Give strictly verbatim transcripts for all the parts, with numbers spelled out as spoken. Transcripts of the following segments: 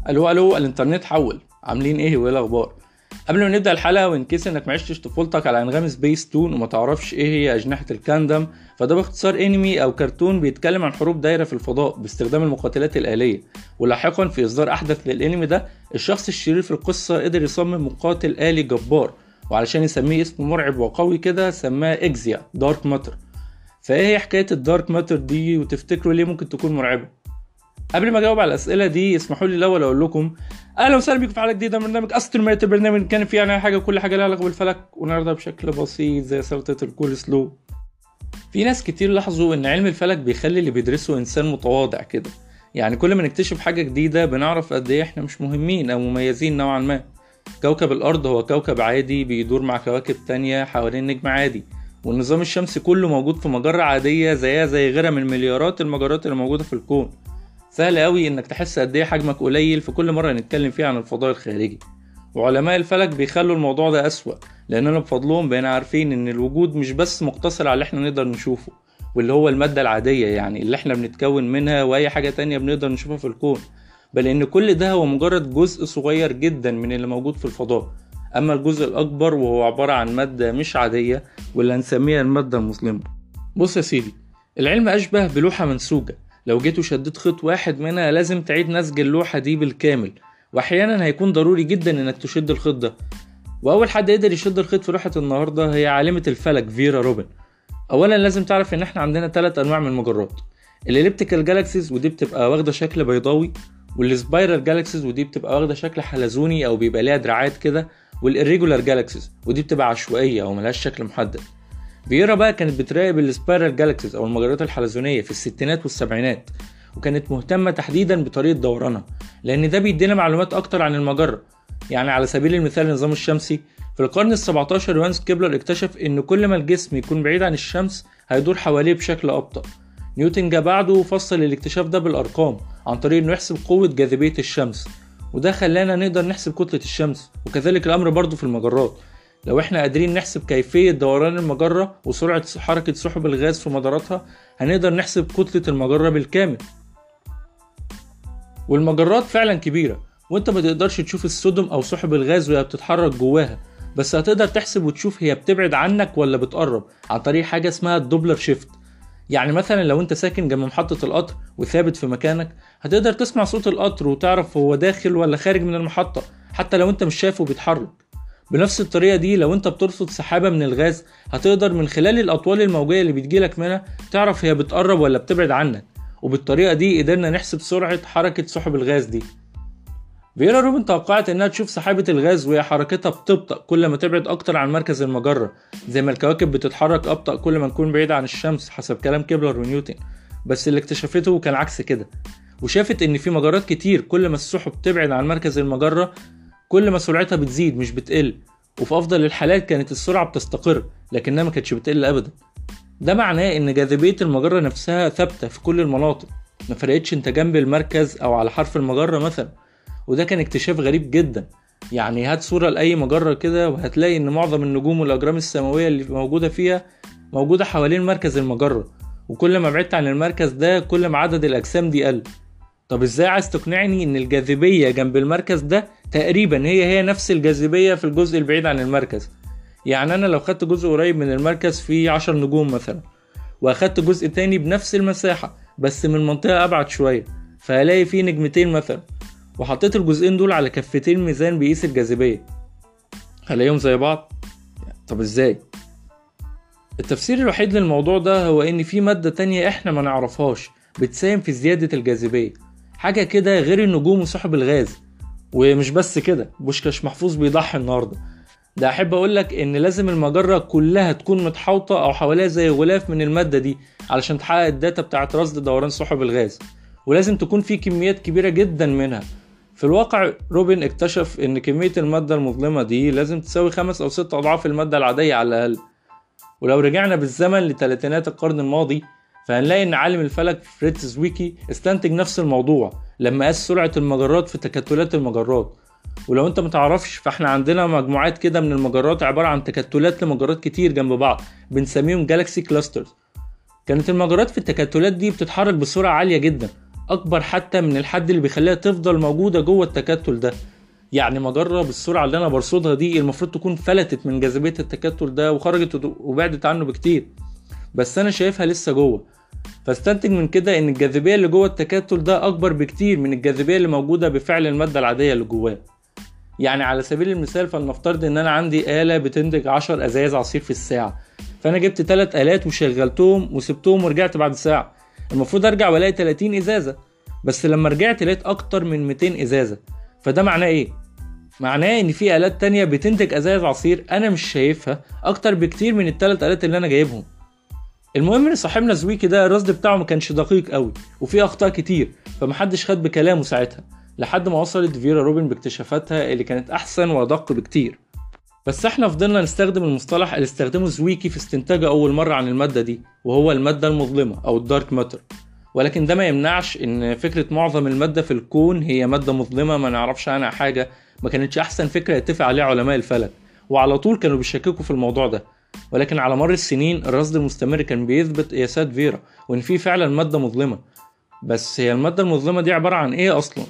الو الو الانترنت حول. عاملين ايه وايه الاخبار؟ قبل ما نبدا الحلقه، وان كيس انك معشتش طفولتك على انغام سبيس تون وما تعرفش ايه هي اجنحه الكاندم، فده باختصار انمي او كرتون بيتكلم عن حروب دايره في الفضاء باستخدام المقاتلات الاليه. ولاحقا في اصدار احدث للانمي ده، الشخص الشرير في القصه قدر يصمم مقاتل آلي جبار، وعلشان يسميه اسم مرعب وقوي كده سماه اكزيا دارك ماتر. فايه هي حكايه الدارك ماتر دي، وتفتكروا ليه ممكن تكون مرعبه؟ قبل ما اجاوب على الاسئله دي، اسمحوا لي الاول اقول لكم اهلا وسهلا بيكم في حلقه جديده من برنامج استروميت، البرنامج كان فيه يعني حاجه كل حاجه لها علاقه بالفلك، ونعرضها بشكل بسيط زي سلطه الكول سلو. في ناس كتير لاحظوا ان علم الفلك بيخلي اللي بيدرسه انسان متواضع كده، يعني كل ما نكتشف حاجه جديده بنعرف قد ايه احنا مش مهمين او مميزين نوعا ما. كوكب الارض هو كوكب عادي بيدور مع كواكب تانية حوالين نجم عادي، والنظام الشمسي كله موجود في مجره عاديه زيها زي غيرها من مليارات المجرات اللي موجوده في الكون. سهل قوي انك تحس قد ايه حجمك قليل في كل مره نتكلم فيها عن الفضاء الخارجي. وعلماء الفلك بيخلوا الموضوع ده اسوأ، لاننا بفضلهم بقينا عارفين ان الوجود مش بس مقتصر على اللي احنا نقدر نشوفه، واللي هو الماده العاديه يعني اللي احنا بنتكون منها، واي حاجه تانية بنقدر نشوفها في الكون، بل ان كل ده هو مجرد جزء صغير جدا من اللي موجود في الفضاء. اما الجزء الاكبر وهو عباره عن ماده مش عاديه، واللي هنسميها الماده المظلمه. بص يا سيدي، العلم اشبه بلوحه منسوجه، لو جيت وشديت خيط واحد منها لازم تعيد نسج اللوحة دي بالكامل، واحيانا هيكون ضروري جدا انك تشد الخيط ده. واول حد يقدر يشد الخيط في لوحة النهاردة هي عالمة الفلك فيرا روبن. اولا لازم تعرف ان احنا عندنا ثلاث انواع من المجرات: الاليبتيكال جالاكسيز ودي بتبقى واخدة شكل بيضاوي، والسبايرال جالاكسيز ودي بتبقى واخدة شكل حلزوني او بيبقى ليها دراعات كده، والإريجولار جالاكسيز ودي بتبقى عشوائية او ملهاش شكل محدد. فيرا بقى كانت بتراقب السبايرال جالاكسيز او المجرات الحلزونيه في الستينات والسبعينات، وكانت مهتمه تحديدا بطريقه دورانها، لان ده بيدينا معلومات اكتر عن المجره. يعني على سبيل المثال النظام الشمسي في القرن السبعتاشر، يوهانس كيبلر اكتشف ان كل ما الجسم يكون بعيد عن الشمس هيدور حواليه بشكل ابطأ. نيوتن جه بعده وفصل الاكتشاف ده بالارقام عن طريق انه يحسب قوه جاذبيه الشمس، وده خلانا نقدر نحسب كتله الشمس. وكذلك الامر برضو في المجرات، لو احنا قادرين نحسب كيفية دوران المجرة وسرعة حركة سحب الغاز في مداراتها، هنقدر نحسب كتلة المجرة بالكامل. والمجرات فعلا كبيرة، وانت ما تقدرش تشوف السدم او سحب الغاز وهي بتتحرك جواها، بس هتقدر تحسب وتشوف هي بتبعد عنك ولا بتقرب عن طريق حاجة اسمها الدوبلر شيفت. يعني مثلا لو انت ساكن جنب محطة القطر وثابت في مكانك، هتقدر تسمع صوت القطر وتعرف هو داخل ولا خارج من المحطة، حتى لو انت مش شايفه بيتحرك. بنفس الطريقة دي لو انت بترصد سحابة من الغاز، هتقدر من خلال الأطوال الموجية اللي بتجيلك منها تعرف هي بتقرب ولا بتبعد عنك، وبالطريقة دي قدرنا نحسب سرعة حركة سحب الغاز دي. فيرا روبن توقعت انها تشوف سحابة الغاز وهي حركتها بتبطأ كل ما تبعد اكتر عن مركز المجرة، زي ما الكواكب بتتحرك ابطأ كل ما نكون بعيد عن الشمس حسب كلام كيبلر ونيوتن. بس اللي اكتشفته كان عكس كده، وشافت ان في مجرات كتير كل ما السحب تبعد عن مركز المجرة كل ما سرعتها بتزيد مش بتقل، وفي افضل الحالات كانت السرعة بتستقر لكنها ما كانتش بتقل ابدا. ده معناه ان جاذبية المجرة نفسها ثابتة في كل المناطق، ما فرقتش انت جنب المركز او على حرف المجرة مثلا. وده كان اكتشاف غريب جدا. يعني هات صورة لأي مجرة كده وهتلاقي ان معظم النجوم والاجرام السماوية اللي موجودة فيها موجودة حوالين مركز المجرة، وكل ما بعدت عن المركز ده كل ما عدد الاجسام دي قل. طب ازاي عايز تقنعني ان الجاذبية جنب المركز ده تقريبا هي هي نفس الجاذبية في الجزء البعيد عن المركز؟ يعني انا لو خدت جزء قريب من المركز فيه عشر نجوم مثلا، واخدت جزء تاني بنفس المساحة بس من منطقة ابعد شوية، فهلاقي فيه نجمتين مثلا، وحطيت الجزئين دول على كفتين ميزان بيقيس الجاذبية، هلاقيهم زي بعض؟ طب ازاي؟ التفسير الوحيد للموضوع ده هو ان في مادة تانية احنا ما نعرفهاش بتساهم في زيادة الجاذبية، حاجة كده غير النجوم وسحب الغاز. ومش بس كده، بوشكاش محفوظ بيضحي النهاردة. ده احب اقولك ان لازم المجرة كلها تكون متحوطة او حواليها زي غلاف من المادة دي علشان تحقق الداتا بتاعت رصد دوران سحب الغاز، ولازم تكون في كميات كبيرة جدا منها. في الواقع روبن اكتشف ان كمية المادة المظلمة دي لازم تساوي خمس او ست اضعاف المادة العادية على الاقل. ولو رجعنا بالزمن لثلاثينات القرن الماضي، فهنلاقي ان عالم الفلك فريتز زويكي استنتج نفس الموضوع لما قاس سرعة المجرات في تكتلات المجرات. ولو انت متعرفش، فاحنا عندنا مجموعات كده من المجرات عبارة عن تكتلات لمجرات كتير جنب بعض بنسميهم جالاكسي كلاسترز. كانت المجرات في التكتلات دي بتتحرك بسرعة عالية جدا، اكبر حتى من الحد اللي بيخليها تفضل موجودة جوه التكتل ده. يعني مجرة بالسرعة اللي انا برصدها دي المفروض تكون فلتت من جاذبية التكتل ده وخرجت وبعدت عنه بكتير، بس انا شايفها لسه جوه. فاستنتج من كده ان الجاذبية اللي جوه التكتل ده اكبر بكتير من الجاذبية اللي موجودة بفعل المادة العادية اللي جواه. يعني على سبيل المثال فلنفترض ان انا عندي آلة بتنتج عشر ازايز عصير في الساعة، فانا جبت ثلاث آلات وشغلتهم وسبتهم ورجعت بعد ساعة، المفروض ارجع والاقي ثلاثين ازازة، بس لما رجعت لقيت اكتر من مئتين ازازة. فده معناه ايه؟ معناه ان في آلات تانية بتنتج ازايز عصير انا مش شايفها اكتر بكتير من الثلاث آلات اللي انا جايبهم. المهم ان صاحبنا زويكي ده الرصد بتاعه ما كانش دقيق قوي وفيه اخطاء كتير، فمحدش خد بكلامه ساعتها لحد ما وصلت فيرا روبن باكتشافاتها اللي كانت احسن وادق بكتير. بس احنا فضلنا نستخدم المصطلح اللي استخدمه زويكي في استنتاجه اول مرة عن المادة دي، وهو المادة المظلمة او الدارك ماتر. ولكن ده ما يمنعش ان فكرة معظم المادة في الكون هي مادة مظلمة ما نعرفش عنها حاجة ما كانتش احسن فكرة يتفق عليها علماء الفلك، وعلى طول كانوا بيشككوا في الموضوع ده. ولكن على مر السنين الرصد المستمر كان بيثبت قياسات فيرا وان في فعلا مادة مظلمة. بس هي المادة المظلمة دي عبارة عن ايه اصلا؟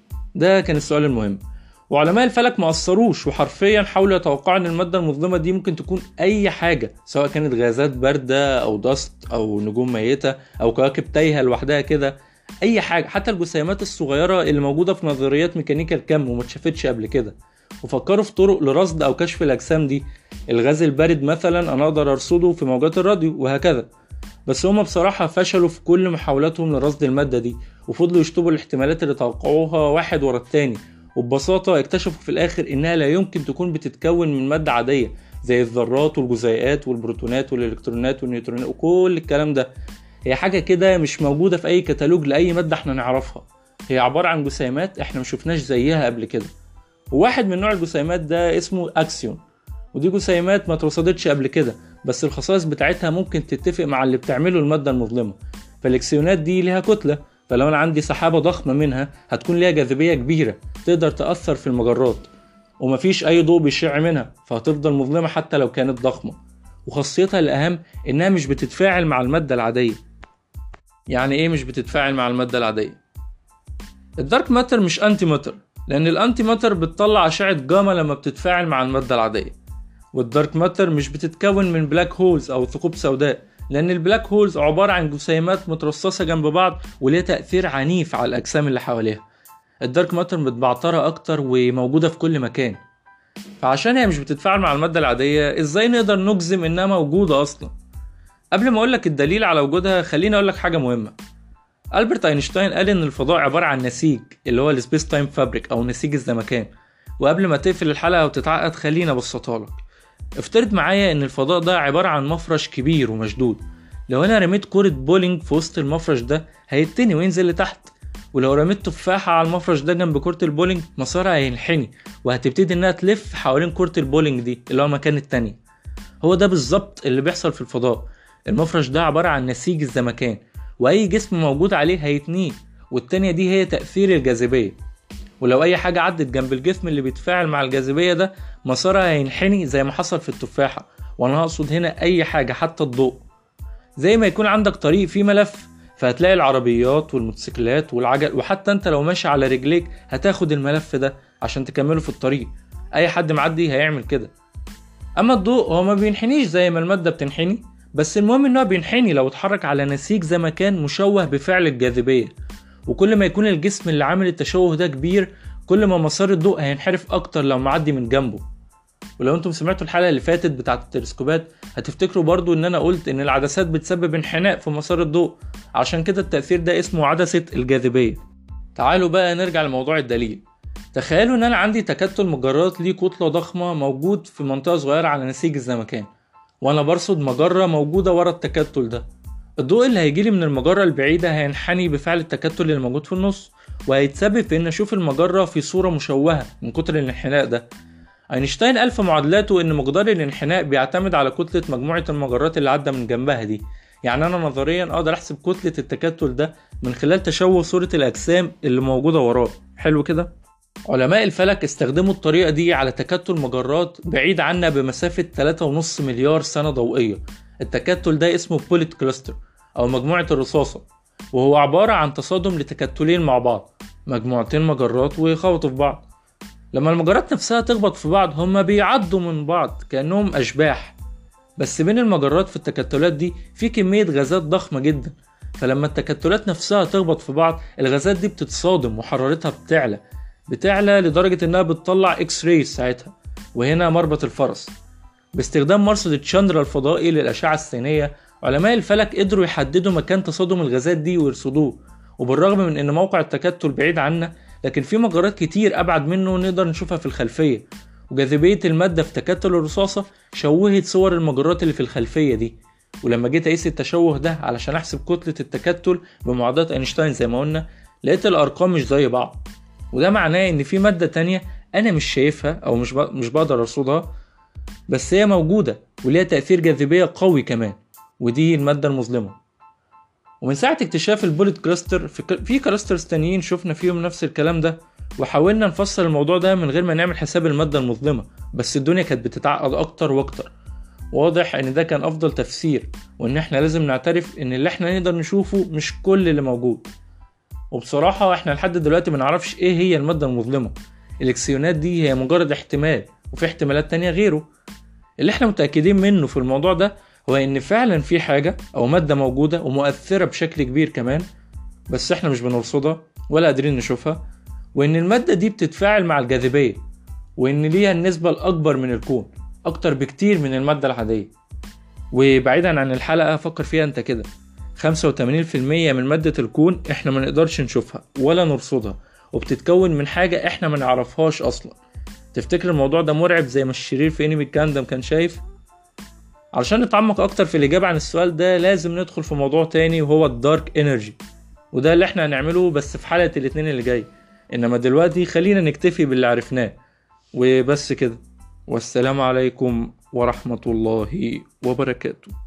ده كان السؤال المهم. وعلماء الفلك ما قصروش وحرفيا حاولوا يتوقعوا ان المادة المظلمة دي ممكن تكون اي حاجة، سواء كانت غازات باردة او دست او نجوم ميتة او كواكب تايهة لوحدها كده، اي حاجة، حتى الجسيمات الصغيرة اللي موجودة في نظريات ميكانيكا الكم وما اتشافتش قبل كده. وفكروا في طرق لرصد او كشف الاجسام دي، الغاز البارد مثلا انا اقدر ارصده في موجات الراديو وهكذا. بس هما بصراحة فشلوا في كل محاولاتهم لرصد المادة دي، وفضلوا يشطبوا الاحتمالات اللي توقعوها واحد ورا التاني، وببساطة اكتشفوا في الاخر انها لا يمكن تكون بتتكون من مادة عادية زي الذرات والجزيئات والبروتونات والالكترونات والنيوترونات وكل الكلام ده. هي حاجة كده مش موجودة في اي كتالوج لأي مادة احنا نعرفها، هي عبارة عن جسيمات احنا مشوفناش زيها قبل كده. وواحد من نوع الجسيمات ده اسمه اكسيون، ودي جسيمات ما اترصدتش قبل كده، بس الخصائص بتاعتها ممكن تتفق مع اللي بتعمله المادة المظلمة. فالاكسيونات دي ليها كتلة، فلو انا عندي سحابة ضخمة منها هتكون ليها جاذبية كبيرة تقدر تأثر في المجرات، ومفيش اي ضوء بيشع منها فهتفضل مظلمة حتى لو كانت ضخمة. وخاصيتها الأهم انها مش بتتفاعل مع المادة العادية. يعني ايه مش بتتفاعل مع المادة العادية؟ الدارك ماتر مش انتي ماتر، لان الانتي ماتر بتطلع اشعة جاما لما بتتفاعل مع المادة العادية، والدارك ماتر مش بتتكون من بلاك هولز او ثقوب سوداء، لان البلاك هولز عبارة عن جسيمات مترصصة جنب بعض وليها تأثير عنيف على الاجسام اللي حواليها. الدارك ماتر متبعترة اكتر وموجودة في كل مكان، فعشان هي مش بتتفاعل مع المادة العادية ازاي نقدر نجزم انها موجودة اصلا؟ قبل ما اقولك الدليل على وجودها خليني اقولك حاجة مهمة. ألبرت أينشتاين قال إن الفضاء عبارة عن نسيج اللي هو السبيس تايم فابريك أو نسيج الزمكان. وقبل ما تقفل الحلقة وتتعقد خلينا أبسطها لك. افترض معايا إن الفضاء ده عبارة عن مفرش كبير ومشدود، لو أنا رميت كرة بولينج في وسط المفرش ده هيتني وينزل لتحت، ولو رميت تفاحة على المفرش ده جنب كرة البولينج مسارها هينحني وهتبتدي إنها تلف حوالين كرة البولينج دي اللي هو مكان التانية. هو ده بالظبط اللي بيحصل في الفضاء. المفرش ده عبارة عن نسيج الزمكان، واي جسم موجود عليه هيتنيه، والتانية دي هي تأثير الجاذبية. ولو اي حاجة عدت جنب الجسم اللي بيتفاعل مع الجاذبية ده مسارها هينحني زي ما حصل في التفاحة، وانا هقصد هنا اي حاجة حتى الضوء. زي ما يكون عندك طريق فيه ملف فهتلاقي العربيات والموتوسيكلات والعجل، وحتى انت لو ماشي على رجليك هتاخد الملف ده عشان تكمله في الطريق. اي حد معدي هيعمل كده. اما الضوء هو ما بينحنيش زي ما المادة بتنحني، بس المهم انه بينحني لو اتحرك على نسيج زمكان مشوه بفعل الجاذبية. وكل ما يكون الجسم اللي عامل التشوه ده كبير كل ما مسار الضوء هينحرف اكتر لو معدي من جنبه. ولو انتم سمعتوا الحلقة اللي فاتت بتاعة التلسكوبات هتفتكروا برضو ان انا قلت ان العدسات بتسبب انحناء في مسار الضوء، عشان كده التأثير ده اسمه عدسة الجاذبية. تعالوا بقى نرجع لموضوع الدليل. تخيلوا ان انا عندي تكتل مجرات ليه كتلة ضخمة موجود في منطقة صغيرة على نسيج الزمكان، وانا برصد مجرة موجودة ورا التكتل ده. الضوء اللي هيجيلي من المجرة البعيدة هينحني بفعل التكتل اللي موجود في النص، وهيتسبب في ان اشوف المجرة في صورة مشوهة من كتر الانحناء ده. اينشتاين قال في معادلاته ان مقدار الانحناء بيعتمد على كتلة مجموعة المجرات اللي عدى من جنبها دي. يعني انا نظريا اقدر احسب كتلة التكتل ده من خلال تشوه صورة الاجسام اللي موجودة وراه. حلو كده؟ علماء الفلك استخدموا الطريقة دي على تكتل مجرات بعيد عنا بمسافة ثلاثة ونص مليار سنة ضوئية. التكتل ده اسمه بوليت كلاستر أو مجموعة الرصاصة. وهو عبارة عن تصادم لتكتلين مع بعض، مجموعتين مجرات ويخبطوا في بعض. لما المجرات نفسها تخبط في بعض هما بيعدوا من بعض كأنهم أشباح، بس بين المجرات في التكتلات دي في كمية غازات ضخمة جدا، فلما التكتلات نفسها تخبط في بعض الغازات دي بتتصادم وحرارتها بتعلى بتعلى لدرجة انها بتطلع اكس راي ساعتها. وهنا مربط الفرس. باستخدام مرصد تشاندرا الفضائي للأشعة السينية، علماء الفلك قدروا يحددوا مكان تصادم الغازات دي ويرصدوه. وبالرغم من ان موقع التكتل بعيد عنا، لكن في مجرات كتير ابعد منه نقدر نشوفها في الخلفية، وجاذبية المادة في تكتل الرصاصة شوهت صور المجرات اللي في الخلفية دي. ولما جيت اقيس التشوه ده علشان احسب كتلة التكتل بمعادلة اينشتاين زي ما قلنا، لقيت الارقام مش زي بعض. وده معناه ان في مادة تانية انا مش شايفها او مش مش بقدر ارصدها، بس هي موجودة وليها تأثير جاذبية قوي كمان، ودي المادة المظلمة. ومن ساعة اكتشاف البوليت كراستر في كراسترز تانيين شفنا فيهم نفس الكلام ده، وحاولنا نفسر الموضوع ده من غير ما نعمل حساب المادة المظلمة، بس الدنيا كانت بتتعقد اكتر واكتر. واضح ان ده كان افضل تفسير، وان احنا لازم نعترف ان اللي احنا نقدر نشوفه مش كل اللي موجود. وبصراحة احنا لحد دلوقتي منعرفش ايه هي المادة المظلمة. الاكسيونات دي هي مجرد احتمال، وفي احتمالات تانية غيره. اللي احنا متأكدين منه في الموضوع ده هو ان فعلا في حاجة او مادة موجودة ومؤثرة بشكل كبير كمان، بس احنا مش بنرصدها ولا قادرين نشوفها، وان المادة دي بتتفاعل مع الجاذبية، وان ليها النسبة الاكبر من الكون، اكتر بكتير من المادة العادية. وبعيدا عن الحلقة فكر فيها انت كده، خمسة وثمانين بالمية من مادة الكون احنا ما نقدرش نشوفها ولا نرصدها، وبتتكون من حاجة احنا ما نعرفهاش اصلا. تفتكر الموضوع ده مرعب زي ما الشرير في انمي كاندم كان شايف؟ علشان نتعمق اكتر في الاجابة عن السؤال ده لازم ندخل في موضوع تاني، وهو الدارك انرجي، وده اللي احنا هنعمله بس في حلقة الاثنين اللي جاي. انما دلوقتي خلينا نكتفي باللي عرفناه وبس كده. والسلام عليكم ورحمة الله وبركاته.